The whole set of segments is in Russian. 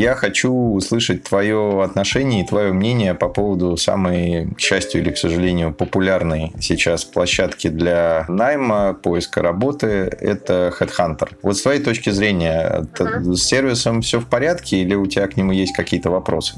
Я хочу услышать твое отношение и твое мнение по поводу самой, к счастью или, к сожалению, популярной сейчас площадки для найма, поиска работы – это HeadHunter. Вот с твоей точки зрения, с сервисом все в порядке или у тебя к нему есть какие-то вопросы?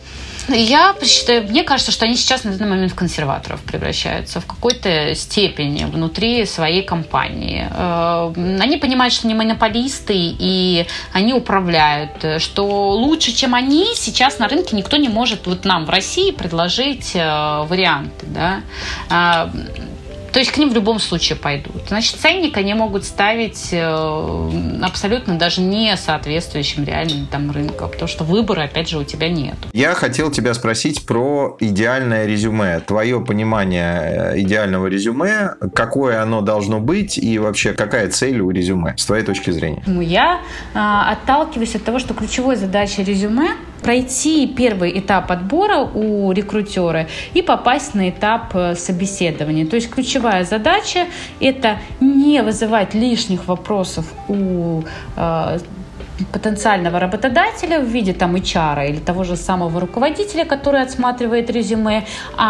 Мне кажется, что они сейчас на данный момент в консерваторов превращаются в какой-то степени внутри своей компании. Они понимают, что они монополисты, и они управляют, что лучше, чем они, сейчас на рынке никто не может вот нам в России предложить варианты. Да? То есть к ним в любом случае пойдут. Значит, ценник они могут ставить абсолютно даже не соответствующим реальным там рынку, потому что выбора, опять же, у тебя нет. Я хотел тебя спросить про идеальное резюме. Твое понимание идеального резюме, какое оно должно быть и вообще какая цель у резюме, с твоей точки зрения? Я отталкиваюсь от того, что ключевой задачей резюме пройти первый этап отбора у рекрутера и попасть на этап собеседования. То есть ключевая задача – это не вызывать лишних вопросов у потенциального работодателя в виде там HR или того же самого руководителя, который отсматривает резюме,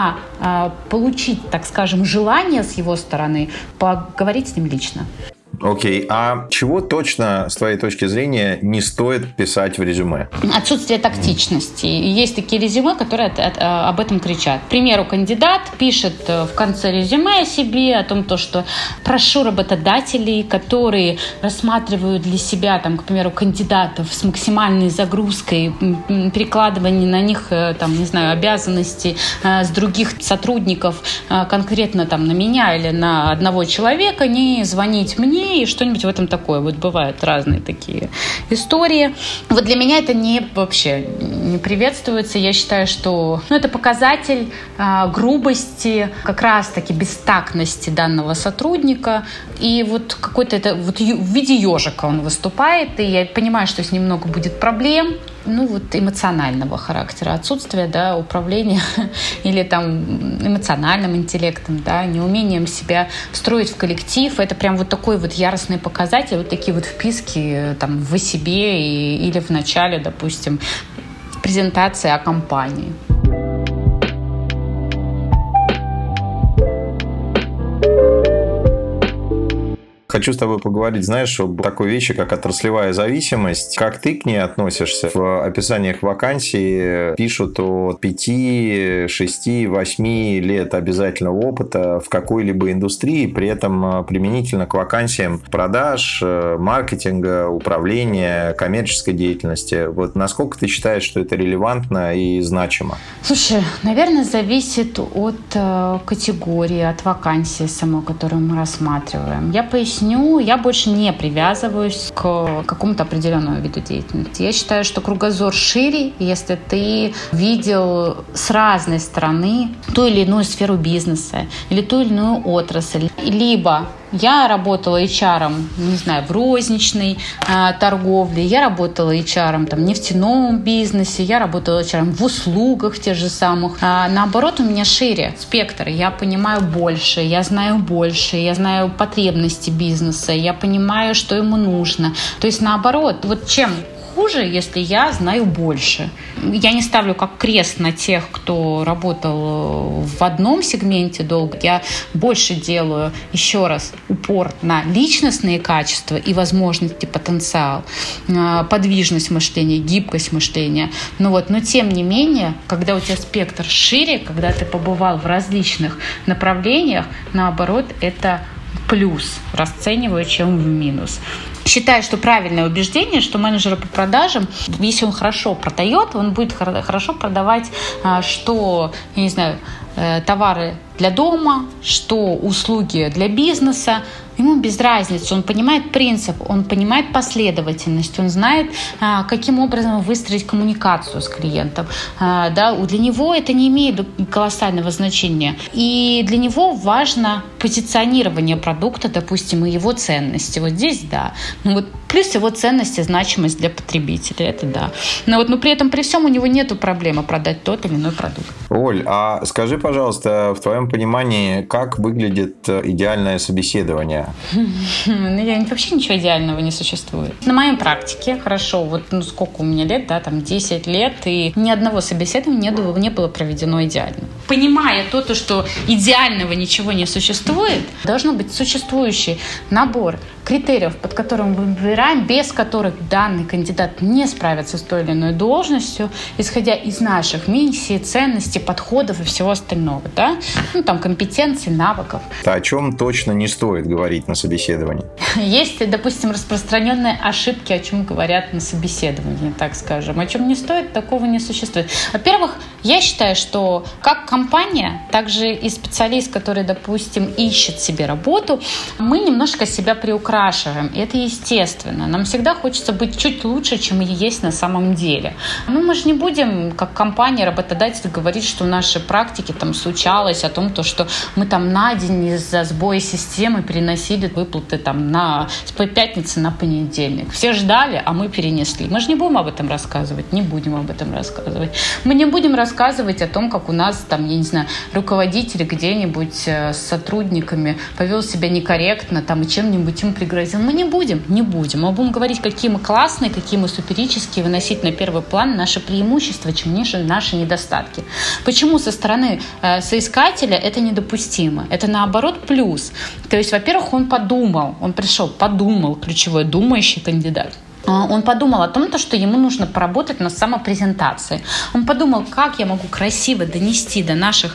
а получить, так скажем, желание с его стороны поговорить с ним лично. Окей, а чего точно, с твоей точки зрения, не стоит писать в резюме? Отсутствие тактичности. Есть такие резюме, которые об этом кричат. К примеру, кандидат пишет в конце резюме о себе, о том, что прошу работодателей, которые рассматривают для себя, там, к примеру, кандидатов с максимальной загрузкой, перекладывание на них, там, не знаю, обязанностей с других сотрудников, конкретно там, на меня или на одного человека, не звонить мне, и что-нибудь в этом такое. Вот бывают разные такие истории. Вот для меня это вообще не приветствуется. Я считаю, что это показатель грубости, как раз-таки бестактности данного сотрудника. И вот какой-то это вот в виде ежика он выступает, и я понимаю, что с ним много будет проблем. Эмоционального характера, отсутствие, да, управления или там эмоциональным интеллектом, да, неумением себя строить в коллектив. Это прям вот такой вот яростный показатель, вот такие вот вписки там в себе или в начале, допустим, презентации о компании. Хочу с тобой поговорить, знаешь, об такой вещи, как отраслевая зависимость. Как ты к ней относишься? В описаниях вакансий пишут от 5, 6, 8 лет обязательного опыта в какой-либо индустрии, при этом применительно к вакансиям продаж, маркетинга, управления, коммерческой деятельности. Вот насколько ты считаешь, что это релевантно и значимо? Слушай, наверное, зависит от категории, от вакансии самой, которую мы рассматриваем. Я поясню. Я больше не привязываюсь к какому-то определенному виду деятельности. Я считаю, что кругозор шире, если ты видел с разной стороны ту или иную сферу бизнеса или ту или иную отрасль. Либо я работала HR, не знаю, в розничной торговле, я работала HR там, в нефтяном бизнесе, я работала HR в услугах тех же самых. Наоборот, у меня шире спектр, я понимаю больше, я знаю потребности бизнеса, я понимаю, что ему нужно. То есть наоборот, вот чем хуже, если я знаю больше. Я не ставлю как крест на тех, кто работал в одном сегменте долго. Я больше делаю, еще раз, упор на личностные качества и возможности, потенциал, подвижность мышления, гибкость мышления. Но тем не менее, когда у тебя спектр шире, когда ты побывал в различных направлениях, наоборот, это плюс расцениваю, чем в минус. Считаю, что правильное убеждение, что менеджер по продажам, если он хорошо продает, он будет хорошо продавать, что, я не знаю, товары для дома, что услуги для бизнеса. Ему без разницы, он понимает принцип, он понимает последовательность, он знает, каким образом выстроить коммуникацию с клиентом. Да, для него это не имеет колоссального значения. И для него важно позиционирование продукта, допустим, и его ценности. Вот здесь да. Плюс его ценность и значимость для потребителя, это да. Но при этом, при всем, у него нет проблемы продать тот или иной продукт. Оль, а скажи, пожалуйста, в твоем понимании, как выглядит идеальное собеседование? Вообще ничего идеального не существует. На моей практике, хорошо, сколько у меня лет, там 10 лет, и ни одного собеседования не было проведено идеально. Понимая то, что идеального ничего не существует, должен быть существующий набор критериев, под которым мы выбираем, без которых данный кандидат не справится с той или иной должностью, исходя из наших миссий, ценностей, подходов и всего остального, да? Компетенций, навыков. О чем точно не стоит говорить на собеседовании? Есть, допустим, распространенные ошибки, о чем говорят на собеседовании, так скажем. О чем не стоит, такого не существует. Во-первых, я считаю, что как компания, так же и специалист, который, допустим, ищет себе работу, мы немножко себя приукрашиваем. И это естественно. Нам всегда хочется быть чуть лучше, чем и есть на самом деле. Мы же не будем, как компания, работодатель, говорить, что в нашей практике случалось о том, что мы на день из-за сбоя системы переносили выплаты с пятницы на понедельник. Все ждали, а мы перенесли. Мы же не будем об этом рассказывать, не будем об этом рассказывать. Мы не будем рассказывать о том, как у нас, руководитель где-нибудь с сотрудниками повел себя некорректно, и чем-нибудь им пригрозил. Мы не будем. Мы будем говорить, какие мы классные, какие мы суперические, выносить на первый план наши преимущества, чем наши недостатки. Почему со стороны соискателя это недопустимо? Это наоборот плюс. То есть, во-первых, он подумал, ключевой думающий кандидат. Он подумал о том, что ему нужно поработать над самопрезентацией. Он подумал, как я могу красиво донести до наших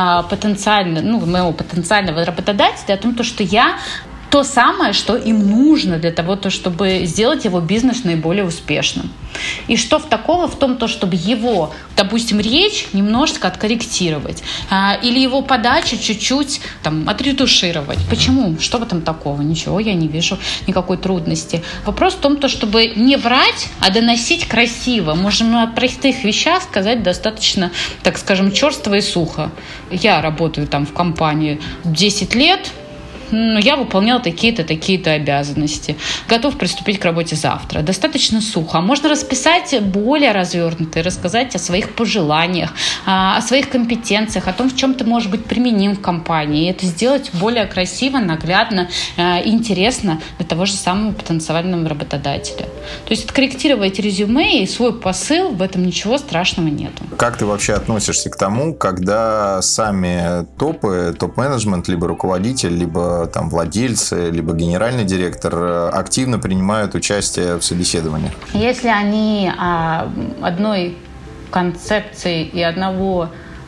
моего потенциального работодателя о том, что я то самое, что им нужно для того, чтобы сделать его бизнес наиболее успешным. И что такого в том, чтобы его, допустим, речь немножко откорректировать или его подачу чуть-чуть отретушировать. Почему? Что в этом такого? Ничего, я не вижу никакой трудности. Вопрос в том, чтобы не врать, а доносить красиво. Можем о простых вещах сказать достаточно, так скажем, черство и сухо. Я работаю в компании 10 лет, я выполнял такие-то обязанности. Готов приступить к работе завтра. Достаточно сухо. Можно расписать более развернуто и рассказать о своих пожеланиях, о своих компетенциях, о том, в чем ты можешь быть применим в компании. И это сделать более красиво, наглядно, интересно для того же самого потенциального работодателя. То есть откорректировать резюме и свой посыл, в этом ничего страшного нету. Как ты вообще относишься к тому, когда сами топ-менеджмент, либо руководитель, либо владельцы, либо генеральный директор активно принимают участие в собеседованиях? Если они одной концепции и одного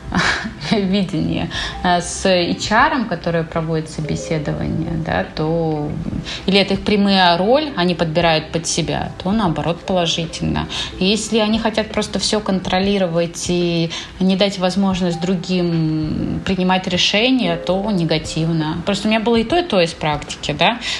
видения с HR, который проводит собеседование, то или это их прямая роль, они подбирают под себя, то наоборот положительно. Если они хотят просто все контролировать и не дать возможность другим принимать решения, то негативно. Просто у меня было и то из практики.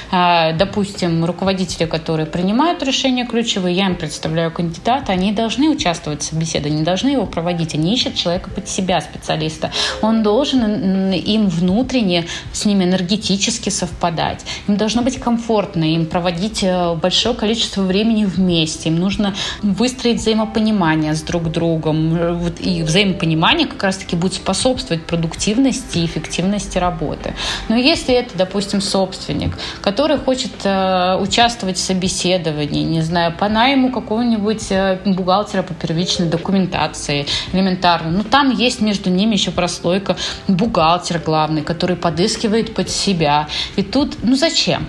Допустим, руководители, которые принимают решения ключевые, я им представляю кандидата, они должны участвовать в собеседовании, не должны его проводить, они ищут человека под себя, специалиста. Он должен им внутренне с ними энергетически совпадать. Им должно быть комфортно, им проводить большое количество времени вместе. Им нужно выстроить взаимопонимание с друг другом. И взаимопонимание как раз-таки будет способствовать продуктивности и эффективности работы. Но если это, допустим, собственник, который хочет участвовать в собеседовании, не знаю, по найму какого-нибудь бухгалтера по первичной документации элементарно, там есть между ними еще прослойка бухгалтер главный, который подыскивает под себя. И тут, зачем?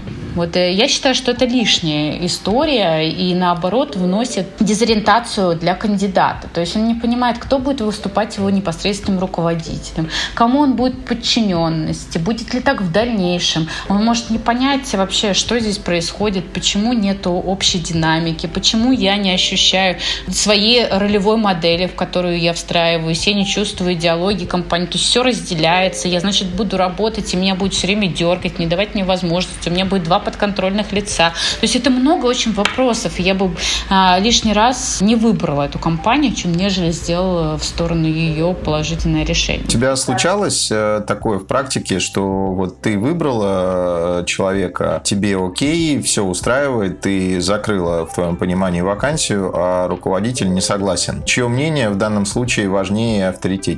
Я считаю, что это лишняя история и, наоборот, вносит дезориентацию для кандидата. То есть он не понимает, кто будет выступать его непосредственным руководителем, кому он будет подчиненности, будет ли так в дальнейшем. Он может не понять вообще, что здесь происходит, почему нету общей динамики, почему я не ощущаю своей ролевой модели, в которую я встраиваюсь, я не чувствую идеологии компании. То есть все разделяется, я, буду работать, и меня будет все время дергать, не давать мне возможности, у меня будет 2 подконтрольных лица. То есть это много очень вопросов. Я бы лишний раз не выбрала эту компанию, нежели сделала в сторону ее положительное решение. У тебя случалось такое в практике, что ты выбрала человека, тебе окей, все устраивает, ты закрыла в твоем понимании вакансию, а руководитель не согласен? Чье мнение в данном случае важнее и авторитетнее?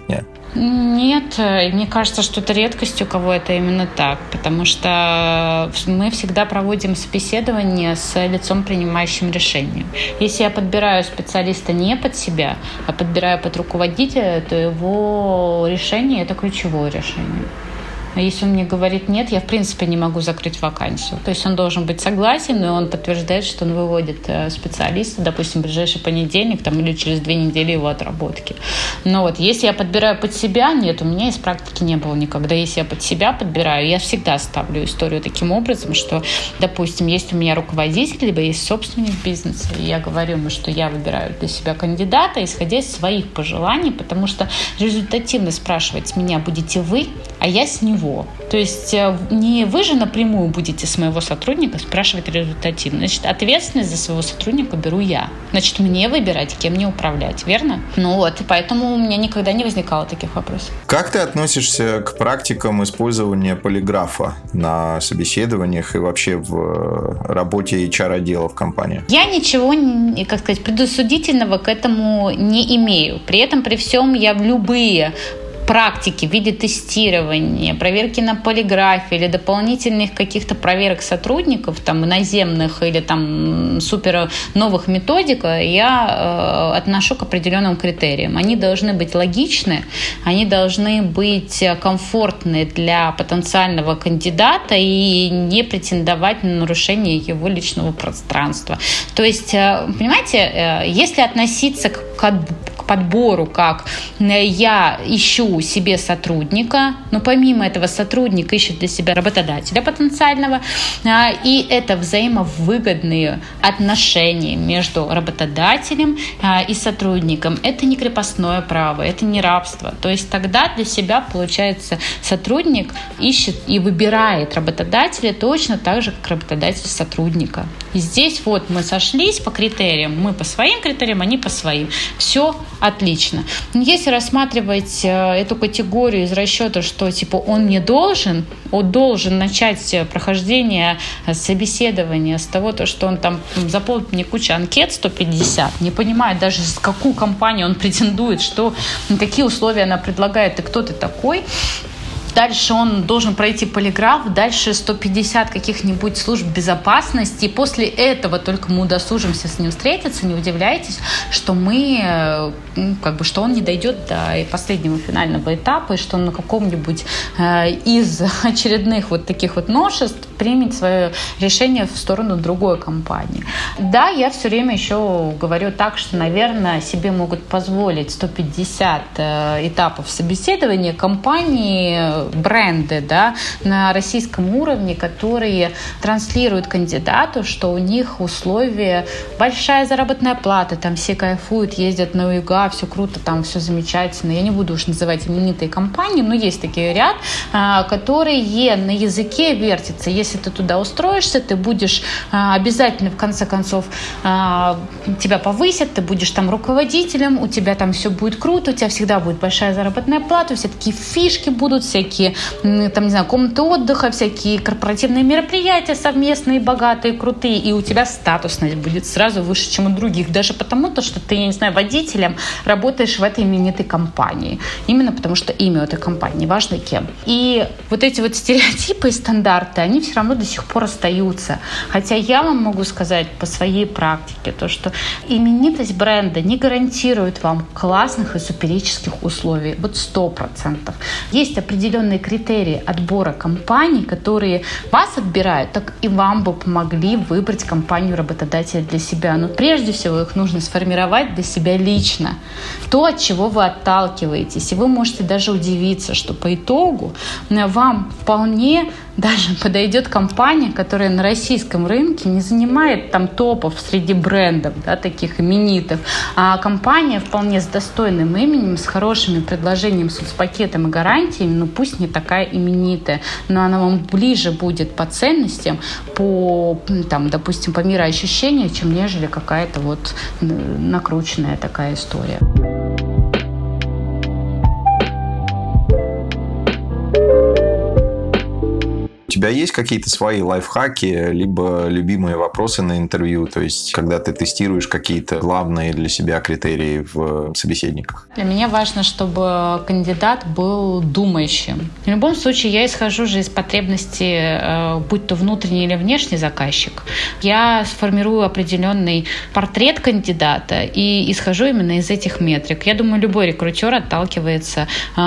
Нет, мне кажется, что это редкость, у кого это именно так, потому что мы всегда проводим собеседование с лицом, принимающим решение. Если я подбираю специалиста не под себя, а подбираю под руководителя, то его решение – это ключевое решение. А если он мне говорит нет, я в принципе не могу закрыть вакансию. То есть он должен быть согласен, и он подтверждает, что он выводит специалиста, допустим, в ближайший понедельник или через 2 недели его отработки. Но вот если я подбираю под себя, нет, у меня из практики не было никогда. Если я под себя подбираю, я всегда ставлю историю таким образом, что, допустим, есть у меня руководитель, либо есть собственник бизнеса, и я говорю ему, что я выбираю для себя кандидата, исходя из своих пожеланий, потому что результативно спрашивать с меня будете вы, а я с него. То есть не вы же напрямую будете с моего сотрудника спрашивать результативно. Значит, ответственность за своего сотрудника беру я. Значит, мне выбирать, кем мне управлять, верно? И поэтому у меня никогда не возникало таких вопросов. Как ты относишься к практикам использования полиграфа на собеседованиях и вообще в работе HR-отдела в компании? Я ничего, предосудительного к этому не имею. При этом, при всем, я в любые практики в виде тестирования, проверки на полиграфе или дополнительных каких-то проверок сотрудников, иноземных или супер новых методик, я отношу к определенным критериям. Они должны быть логичны, они должны быть комфортны для потенциального кандидата и не претендовать на нарушение его личного пространства. То есть, понимаете, если относиться к подбору, как я ищу себе сотрудника, но помимо этого сотрудник ищет для себя работодателя потенциального, и это взаимовыгодные отношения между работодателем и сотрудником. Это не крепостное право, это не рабство. То есть тогда для себя, получается, сотрудник ищет и выбирает работодателя точно так же, как работодатель сотрудника. И здесь мы сошлись по критериям, мы по своим критериям, они по своим. Все отлично. Но если рассматривать эту категорию из расчета, что он мне должен, он должен начать прохождение собеседования с того, что он заполнит мне кучу анкет 150, не понимает даже, с какую компанию он претендует, какие условия она предлагает и кто ты такой. Дальше он должен пройти полиграф, дальше 150 каких-нибудь служб безопасности. И после этого только мы удосужимся с ним встретиться. Не удивляйтесь, что что он не дойдет до последнего финального этапа, и что он на каком-нибудь из очередных таких новшеств примет свое решение в сторону другой компании. Да, я все время еще говорю так, что, наверное, себе могут позволить 150 этапов собеседования компании, бренды, на российском уровне, которые транслируют кандидату, что у них условия, большая заработная плата, все кайфуют, ездят на юга, все круто, все замечательно. Я не буду уж называть именитые компании, но есть такие ряд, которые на языке вертятся. Если ты туда устроишься, ты будешь обязательно, в конце концов, тебя повысят, ты будешь руководителем, у тебя все будет круто, у тебя всегда будет большая заработная плата, все такие фишки будут, всякие комнаты отдыха, всякие корпоративные мероприятия совместные, богатые, крутые, и у тебя статусность будет сразу выше, чем у других, даже потому, что ты, водителем работаешь в этой именитой компании. Именно потому, что имя этой компании, неважно кем. И эти стереотипы и стандарты, они все равно до сих пор остаются. Хотя я вам могу сказать по своей практике, то, что именитость бренда не гарантирует вам классных и суперических условий. 100%. Есть определенные критерии отбора компаний, которые вас отбирают, так и вам бы помогли выбрать компанию-работодателя для себя. Но прежде всего их нужно сформировать для себя лично. То, от чего вы отталкиваетесь. И вы можете даже удивиться, что по итогу вам вполне даже подойдет компания, которая на российском рынке не занимает топов среди брендов, таких именитых, а компания вполне с достойным именем, с хорошими предложениями, соцпакетом и гарантиями, пусть не такая именитая, но она вам ближе будет по ценностям, допустим, по мироощущению, чем нежели какая-то накрученная такая история. У тебя есть какие-то свои лайфхаки, либо любимые вопросы на интервью? То есть, когда ты тестируешь какие-то главные для себя критерии в собеседниках? Для меня важно, чтобы кандидат был думающим. В любом случае, я исхожу же из потребности, будь то внутренний или внешний заказчик. Я сформирую определенный портрет кандидата и исхожу именно из этих метрик. Я думаю, любой рекрутер отталкивается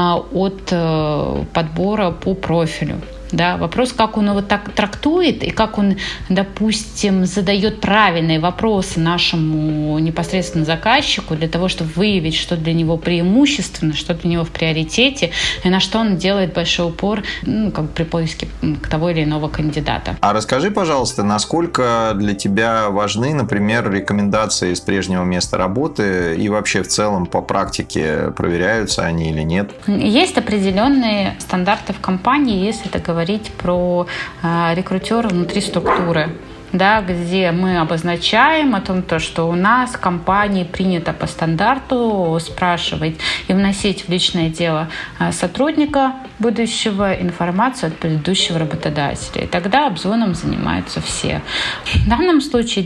от подбора по профилю. Да, вопрос, как он его так трактует и как он, допустим, задает правильные вопросы нашему непосредственно заказчику для того, чтобы выявить, что для него преимущественно, что для него в приоритете и на что он делает большой упор при поиске того или иного кандидата. А расскажи, пожалуйста, насколько для тебя важны, например, рекомендации из прежнего места работы и вообще в целом по практике проверяются они или нет? Есть определенные стандарты в компании, если это говорить про рекрутера внутри структуры, да, где мы обозначаем о том, что у нас в компании принято по стандарту спрашивать и вносить в личное дело сотрудника будущего информацию от предыдущего работодателя. И тогда обзвоном занимаются все. В данном случае,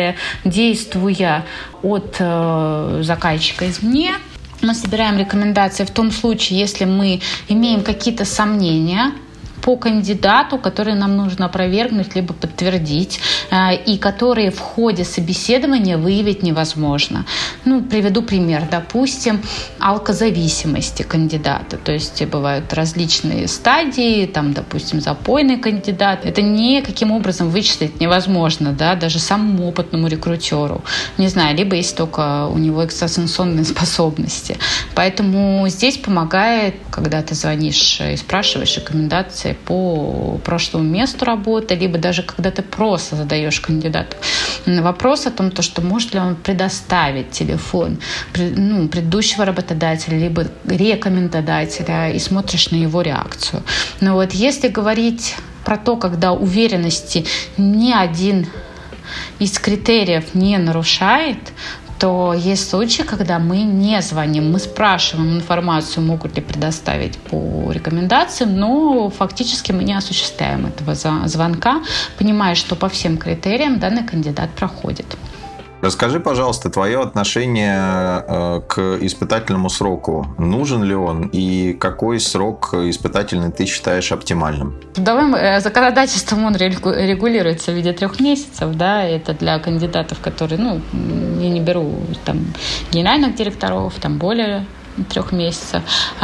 действуя от заказчика извне, мы собираем рекомендации в том случае, если мы имеем какие-то сомнения по кандидату, которые нам нужно опровергнуть либо подтвердить, и которые в ходе собеседования выявить невозможно. Приведу пример. Допустим, алкозависимости кандидата. То есть бывают различные стадии, допустим, запойный кандидат. Это никаким образом вычислить невозможно, да, даже самому опытному рекрутеру. Не знаю, либо есть только у него экстрасенсорные способности. Поэтому здесь помогает, когда ты звонишь и спрашиваешь рекомендации по прошлому месту работы, либо даже когда ты просто задаешь кандидату вопрос о том, что может ли он предоставить телефон предыдущего работодателя, либо рекомендодателя, и смотришь на его реакцию. Но если говорить про то, когда уверенности ни один из критериев не нарушает, то есть случаи, когда мы не звоним, мы спрашиваем информацию, могут ли предоставить по рекомендациям, но фактически мы не осуществляем этого звонка, понимая, что по всем критериям данный кандидат проходит. Расскажи, пожалуйста, твое отношение к испытательному сроку. Нужен ли он и какой срок испытательный ты считаешь оптимальным? Трудовым законодательством он регулируется в виде 3 месяцев. Да? Это для кандидатов, которые, я не беру генеральных директоров, более 3 месяцев,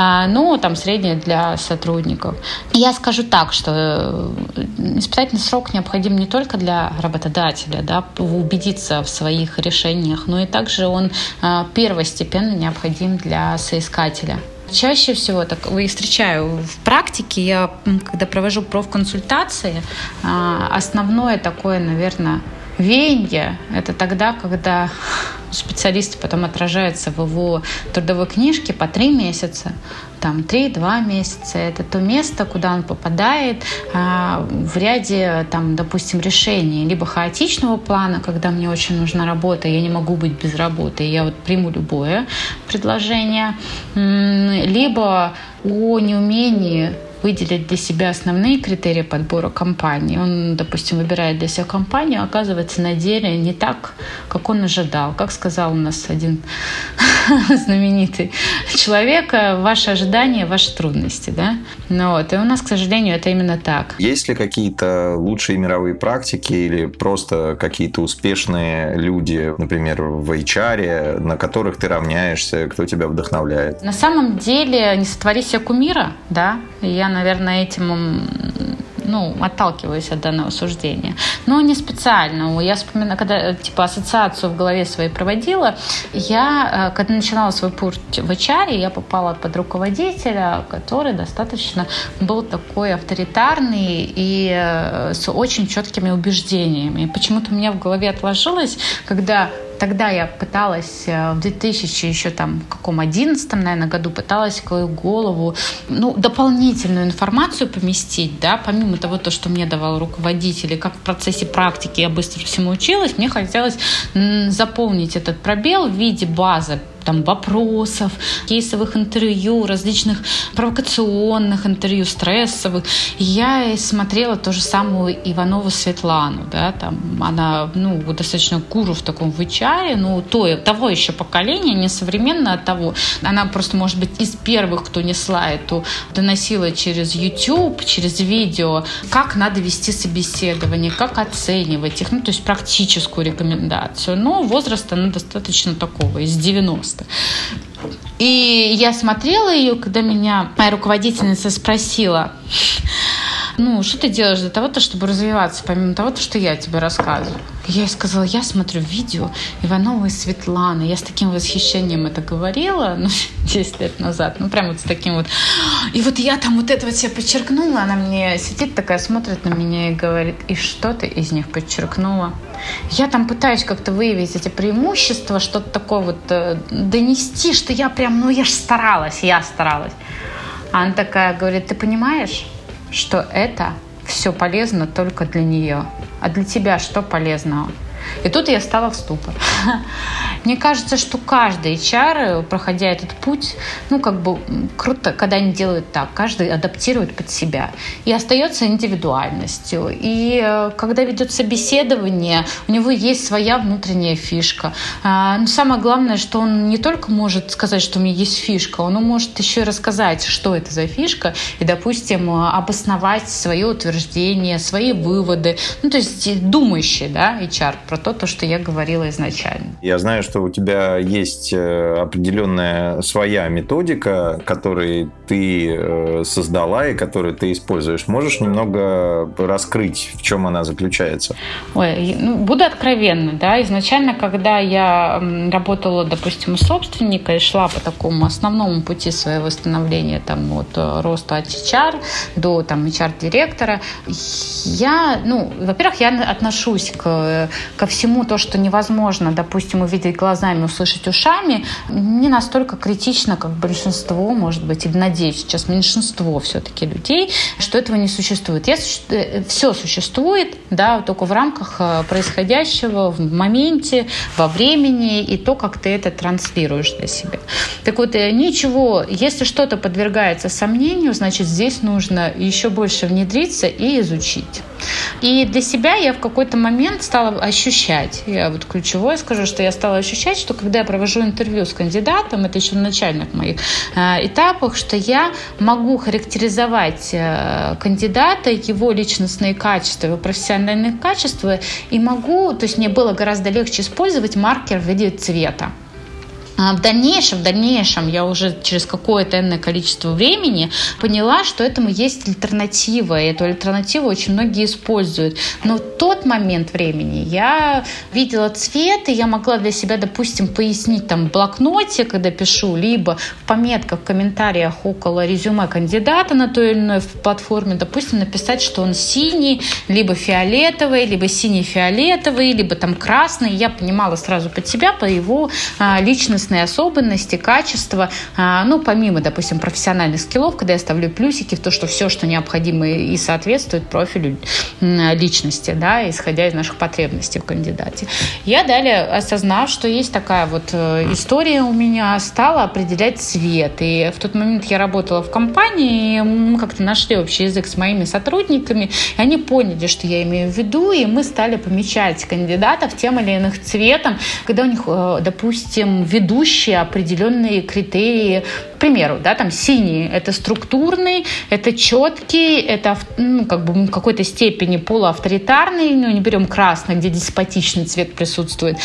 среднее для сотрудников. Я скажу так, что испытательный срок необходим не только для работодателя, да, убедиться в своих решениях, но и также он первостепенно необходим для соискателя. Чаще всего я встречаю в практике, я когда провожу профконсультации, основное такое, наверное, веяние – это тогда, когда специалисты потом отражаются в его трудовой книжке по 3 месяца, 3-2 месяца. Это то место, куда он попадает в ряде, допустим, решений. Либо хаотичного плана, когда мне очень нужна работа, я не могу быть без работы, я приму любое предложение. Либо о неумении выделить для себя основные критерии подбора компании. Он, допустим, выбирает для себя компанию, а оказывается на деле не так, как он ожидал. Как сказал у нас один знаменитый человек, ваши ожидания, ваши трудности. Да? И у нас, к сожалению, это именно так. Есть ли какие-то лучшие мировые практики или просто какие-то успешные люди, например, в HR, на которых ты равняешься, кто тебя вдохновляет? На самом деле, не сотвори себе кумира, да, я, наверное, этим отталкиваюсь от данного суждения. Но не специально. Я вспоминаю, когда ассоциацию в голове своей проводила, я, когда начинала свой путь в HR, я попала под руководителя, который достаточно был такой авторитарный и с очень четкими убеждениями. И почему-то у меня в голове отложилось, когда тогда я пыталась в 2011, наверное, году пыталась в свою голову дополнительную информацию поместить, да, помимо того, что мне давал руководитель, и как в процессе практики я быстро всему училась, мне хотелось заполнить этот пробел в виде базы там вопросов, кейсовых интервью, различных провокационных интервью, стрессовых. И я смотрела ту же самую Иванову Светлану, да, там она, достаточно гуру в таком HR, того еще поколения, не современно от того. Она просто, может быть, из первых, кто несла доносила через YouTube, через видео, как надо вести собеседование, как оценивать их, то есть практическую рекомендацию. Но возраст она достаточно такого, из 90-х. И я смотрела ее, когда меня моя руководительница спросила: что ты делаешь для того, чтобы развиваться, помимо того, что я тебе рассказываю? Я ей сказала: я смотрю видео Ивановой Светланы. Я с таким восхищением это говорила, 10 лет назад, прям вот с таким вот. И вот я там вот это вот себе подчеркнула, она мне сидит такая, смотрит на меня и говорит: и что ты из них подчеркнула? Я там пытаюсь как-то выявить эти преимущества, что-то такое вот донести, что я прям, я ж старалась. А она такая говорит: ты понимаешь, что это все полезно только для нее. А для тебя что полезного? И тут я стала в ступор. Мне кажется, что каждый HR, проходя этот путь, круто, когда они делают так. Каждый адаптирует под себя. И остается индивидуальностью. И когда ведет собеседование, у него есть своя внутренняя фишка. Но самое главное, что он не только может сказать, что у меня есть фишка, он может еще и рассказать, что это за фишка, и, допустим, обосновать свое утверждение, свои выводы. То есть думающий, да, HR, про то, что я говорила изначально. Я знаю, что у тебя есть определенная своя методика, которую ты создала и которую ты используешь. Можешь немного раскрыть, в чем она заключается? Буду откровенна, да. Изначально, когда я работала, допустим, у собственника и шла по такому основному пути своего становления, от роста от HR до HR-директора, во-первых, я отношусь ко всему то, что невозможно, допустим, увидеть глазами, услышать ушами, не настолько критично, как большинство, может быть, или, надеюсь, сейчас меньшинство все-таки людей, что этого не существует. Все существует, да, только в рамках происходящего в моменте, во времени и то, как ты это транслируешь для себя. Так вот, ничего, если что-то подвергается сомнению, значит, здесь нужно еще больше внедриться и изучить. И для себя я в какой-то момент стала ощущать, я ключевое скажу, что я стала ощущать, что когда я провожу интервью с кандидатом, это еще на начальных моих этапах, что я могу характеризовать кандидата, его личностные качества, его профессиональные качества, и то есть мне было гораздо легче использовать маркер в виде цвета. В дальнейшем я уже через какое-то энное количество времени поняла, что этому есть альтернатива, и эту альтернативу очень многие используют. Но в тот момент времени я видела цвет, и я могла для себя, допустим, пояснить в блокноте, когда пишу, либо в пометках, в комментариях около резюме кандидата на той или иной платформе, допустим, написать, что он синий, либо фиолетовый, либо синий-фиолетовый, либо красный. Я понимала сразу под себя, по его личностным особенности, качества, помимо, допустим, профессиональных скиллов, когда я ставлю плюсики в то, что все, что необходимо и соответствует профилю личности, да, исходя из наших потребностей в кандидате. Я далее, осознав, что есть такая история у меня, стала определять цвет. И в тот момент я работала в компании, и мы как-то нашли общий язык с моими сотрудниками, и они поняли, что я имею в виду, и мы стали помечать кандидатов тем или иным цветом, когда у них, допустим, ведущие определенные критерии. К примеру, синий – это структурный, это четкий, это в какой-то степени полуавторитарный, не берем красный, где деспотичный цвет присутствует.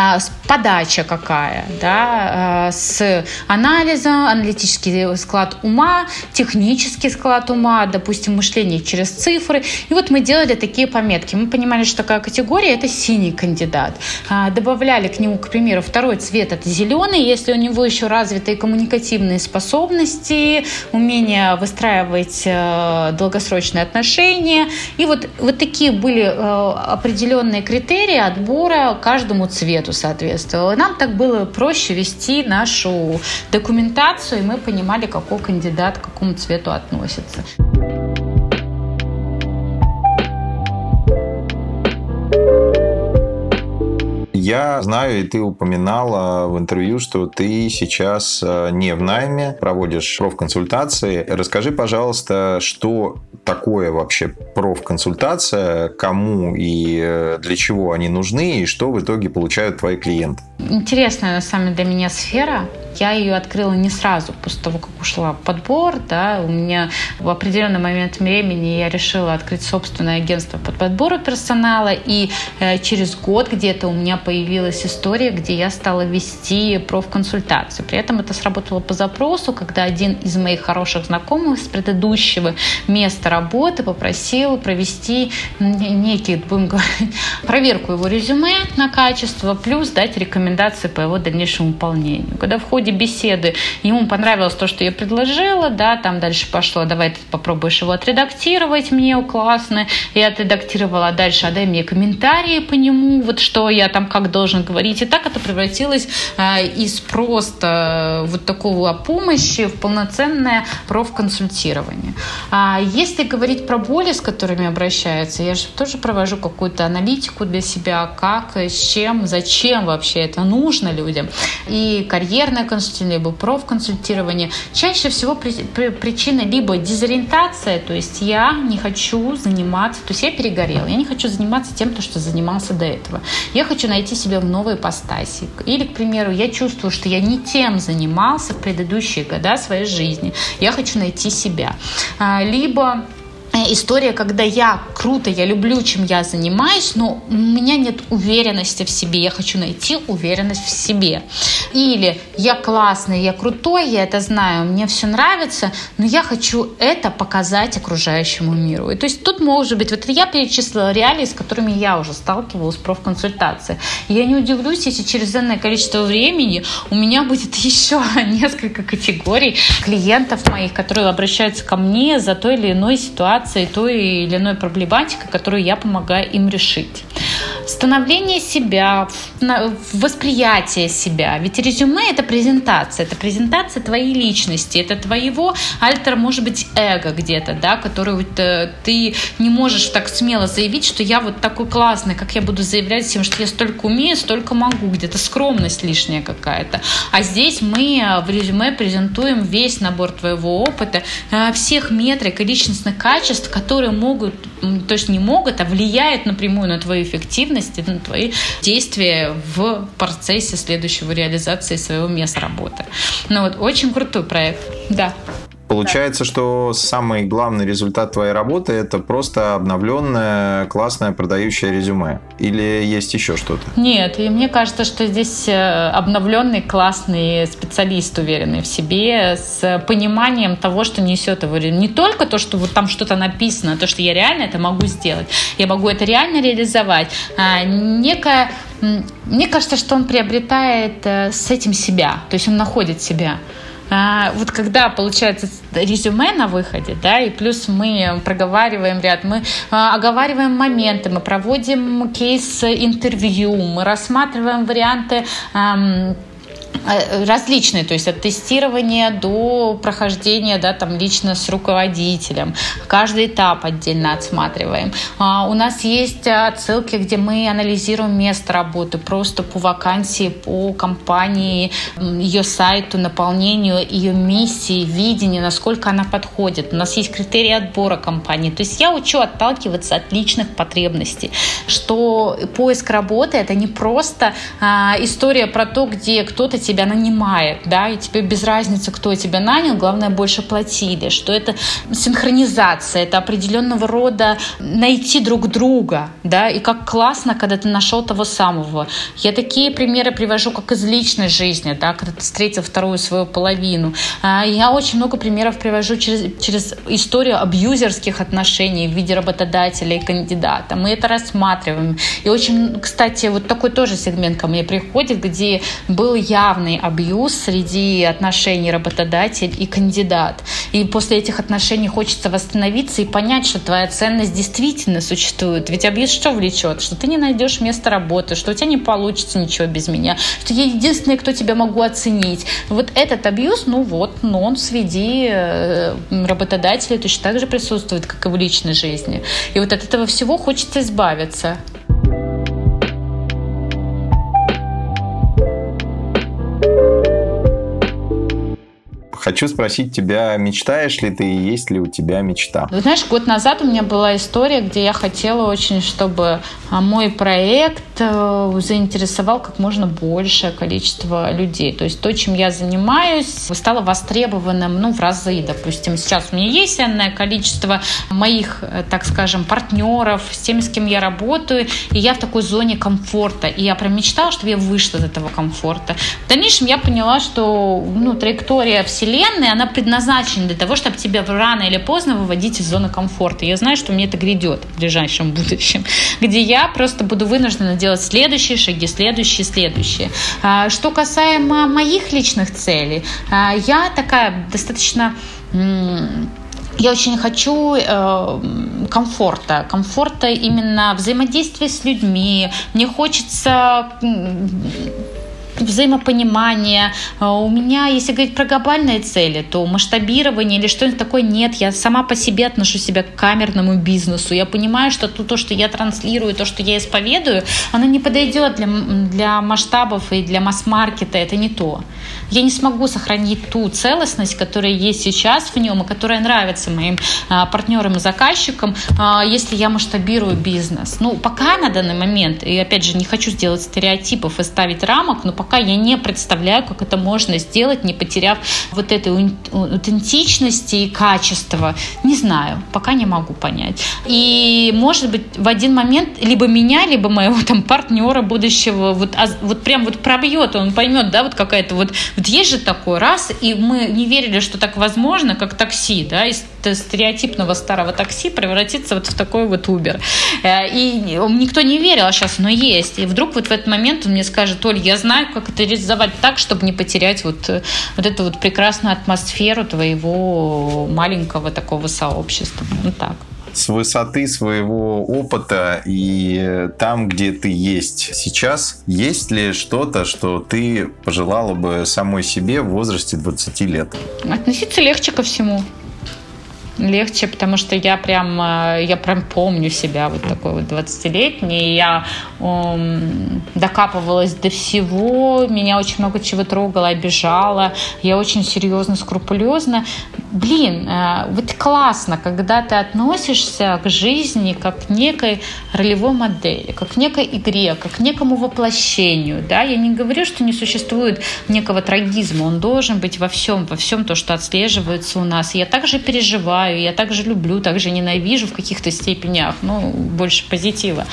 Подача какая, да, с анализом, аналитический склад ума, технический склад ума, допустим, мышление через цифры. И мы делали такие пометки. Мы понимали, что такая категория – это синий кандидат. Добавляли к нему, к примеру, второй цвет – это зеленый, если у него еще развитые коммуникативные способности, умение выстраивать долгосрочные отношения. И вот такие были определенные критерии отбора каждому цвету соответствовало. Нам так было проще вести нашу документацию, и мы понимали, какой кандидат к какому цвету относится. Я знаю, и ты упоминала в интервью, что ты сейчас не в найме, проводишь профконсультации. Расскажи, пожалуйста, что такое вообще профконсультация, кому и для чего они нужны, и что в итоге получают твои клиенты? Интересная, на самом деле, для меня сфера. Я ее открыла не сразу, после того, как ушла в подбор. Да, у меня в определенный момент времени я решила открыть собственное агентство по подбору персонала, и через год где-то у меня появилась история, где я стала вести профконсультацию. При этом это сработало по запросу, когда один из моих хороших знакомых с предыдущего места работы попросил провести некий, будем говорить, проверку его резюме на качество, плюс дать рекомендации по его дальнейшему выполнению. Когда в ходе беседы ему понравилось то, что я предложила, да, там дальше пошло: давай ты попробуешь его отредактировать, мне классно. Я отредактировала, дальше дай мне комментарии по нему, вот что я там как должен говорить. И так это превратилось из просто вот такого помощи в полноценное профконсультирование. Если говорить про боли, с которыми обращаются, я же тоже провожу какую-то аналитику для себя, как, с чем, зачем вообще это нужно людям. И карьерное консультирование, либо профконсультирование. Чаще всего причина либо дезориентация, то есть я не хочу заниматься, то есть я перегорела, я не хочу заниматься тем, что занимался до этого. Я хочу найти себя в новой ипостаси. Или, к примеру, я чувствую, что я не тем занимался в предыдущие года своей жизни. Я хочу найти себя. Либо история, когда я круто, я люблю, чем я занимаюсь, но у меня нет уверенности в себе, я хочу найти уверенность в себе. Или я классный, я крутой, я это знаю, мне все нравится, но я хочу это показать окружающему миру. И то есть тут может быть, вот я перечислила реалии, с которыми я уже сталкивалась в профконсультации. Я не удивлюсь, если через данное количество времени у меня будет еще несколько категорий клиентов моих, которые обращаются ко мне за той или иной ситуацией, той или иной проблематикой, которую я помогаю им решить. Становление себя, восприятие себя. Ведь резюме — это презентация твоей личности, это твоего альтера, может быть, эго где-то, да, который вот, ты не можешь так смело заявить, что я вот такой классный, как я буду заявлять всем, что я столько умею, столько могу, где-то скромность лишняя какая-то. А здесь мы в резюме презентуем весь набор твоего опыта, всех метрик и личностных качеств, которые могут, то есть не могут, а влияют напрямую на твою эффективность и на твои действия в процессе следующего реализации своего места работы. Ну вот, очень крутой проект, да. Получается, что самый главный результат твоей работы – это просто обновленное, классное продающее резюме? Или есть еще что-то? Нет, и мне кажется, что здесь обновленный, классный специалист, уверенный в себе, с пониманием того, что несет его резюме. Не только то, что вот там что-то написано, а то, что я реально это могу сделать, я могу это реально реализовать. Мне кажется, что он приобретает с этим себя, то есть он находит себя. Вот когда получается резюме на выходе, да, и плюс мы проговариваем ряд, мы оговариваем моменты, мы проводим кейс-интервью, мы рассматриваем варианты различные, то есть от тестирования до прохождения, да, там лично с руководителем. Каждый этап отдельно отсматриваем. У нас есть отсылки, где мы анализируем место работы просто по вакансии, по компании, ее сайту, наполнению, ее миссии, видению, насколько она подходит. У нас есть критерии отбора компании. То есть я учу отталкиваться от личных потребностей, что поиск работы — это не просто история про то, где кто-то тебя нанимает, да, и тебе без разницы, кто тебя нанял, главное, больше платили, что это синхронизация, это определенного рода найти друг друга, да, и как классно, когда ты нашел того самого. Я такие примеры привожу, как из личной жизни, да, когда ты встретил вторую свою половину. Я очень много примеров привожу через историю абьюзерских отношений в виде работодателя и кандидата. Мы это рассматриваем. И очень, кстати, вот такой тоже сегмент ко мне приходит, где был явный абьюз среди отношений работодатель и кандидат. И после этих отношений хочется восстановиться и понять, что твоя ценность действительно существует. Ведь абьюз что влечет? Что ты не найдешь место работы, что у тебя не получится ничего без меня, что я единственный, кто тебя могу оценить. Вот этот абьюз, он среди работодателей точно так же присутствует, как и в личной жизни. И вот от этого всего хочется избавиться. Хочу спросить тебя, мечтаешь ли ты и есть ли у тебя мечта? Знаешь, год назад у меня была история, где я хотела очень, чтобы мой проект заинтересовал как можно большее количество людей. То есть то, чем я занимаюсь, стало востребованным в разы. Допустим, сейчас у меня есть энное количество моих, так скажем, партнеров, с теми, с кем я работаю, и я в такой зоне комфорта. И я прям мечтала, чтобы я вышла из этого комфорта. В дальнейшем я поняла, что траектория Вселенной, она предназначена для того, чтобы тебя рано или поздно выводить из зоны комфорта. Я знаю, что мне это грядет в ближайшем будущем, где я просто буду вынуждена делать следующие шаги, следующие. Что касаемо моих личных целей, я такая достаточно... Я очень хочу комфорта именно взаимодействия с людьми. Мне хочется взаимопонимания. У меня, если говорить про глобальные цели, то масштабирование или что-нибудь такое нет. Я сама по себе отношу себя к камерному бизнесу. Я понимаю, что то, что я транслирую, то, что я исповедую, оно не подойдет для масштабов и для масс-маркета. Это не то. Я не смогу сохранить ту целостность, которая есть сейчас в нем и которая нравится моим партнерам и заказчикам, если я масштабирую бизнес. Пока на данный момент, и опять же, не хочу сделать стереотипов и ставить рамок, но пока я не представляю, как это можно сделать, не потеряв вот этой аутентичности и качества. Не знаю, пока не могу понять. И, может быть, в один момент либо меня, либо моего партнера будущего прям пробьет, он поймет, да, какая-то вот есть же такой раз, и мы не верили, что так возможно, как такси, да, из стереотипного старого такси превратиться в такой Uber. И никто не верил, а сейчас оно есть. И вдруг в этот момент он мне скажет: Оль, я знаю, как это реализовать так, чтобы не потерять эту прекрасную атмосферу твоего маленького такого сообщества. Так. С высоты своего опыта и там, где ты есть сейчас, есть ли что-то, что ты пожелала бы самой себе в возрасте 20 лет? Относиться легче ко всему. Легче, потому что я прям помню себя такой 20-летней. Я докапывалась до всего, меня очень много чего трогало, обижало. Я очень серьезно, скрупулезно. Классно, когда ты относишься к жизни как к некой ролевой модели, как к некой игре, как к некому воплощению. Да? Я не говорю, что не существует некого трагизма. Он должен быть во всем то, что отслеживается у нас. И я также переживаю, я также люблю, также ненавижу в каких-то степенях, больше позитива.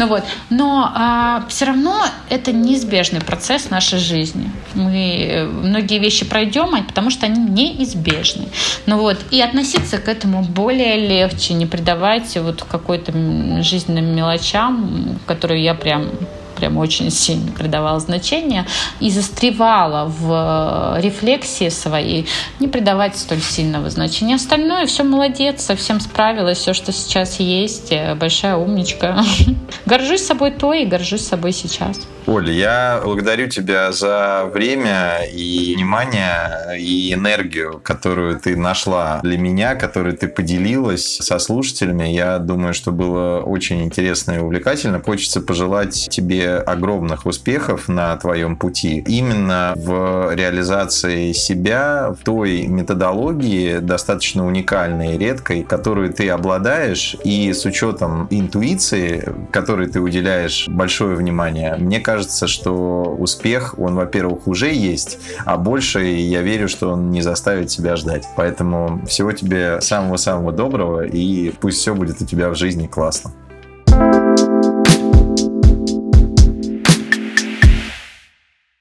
Но все равно это неизбежный процесс нашей жизни. Мы многие вещи пройдем, потому что они неизбежны. И относиться к этому более легче, не придавать какой-то жизненным мелочам, которые я прям очень сильно придавала значение и застревала в рефлексии своей, не придавать столь сильного значения. Остальное все молодец, совсем справилась, все, что сейчас есть, большая умничка. Горжусь собой и горжусь собой сейчас. Оля, я благодарю тебя за время и внимание, и энергию, которую ты нашла для меня, которую ты поделилась со слушателями. Я думаю, что было очень интересно и увлекательно. Хочется пожелать тебе огромных успехов на твоем пути. Именно в реализации себя, в той методологии, достаточно уникальной и редкой, которую ты обладаешь, и с учетом интуиции, которой ты уделяешь большое внимание, мне кажется, что успех, он, во-первых, уже есть, а больше я верю, что он не заставит себя ждать. Поэтому всего тебе самого-самого доброго, и пусть все будет у тебя в жизни классно.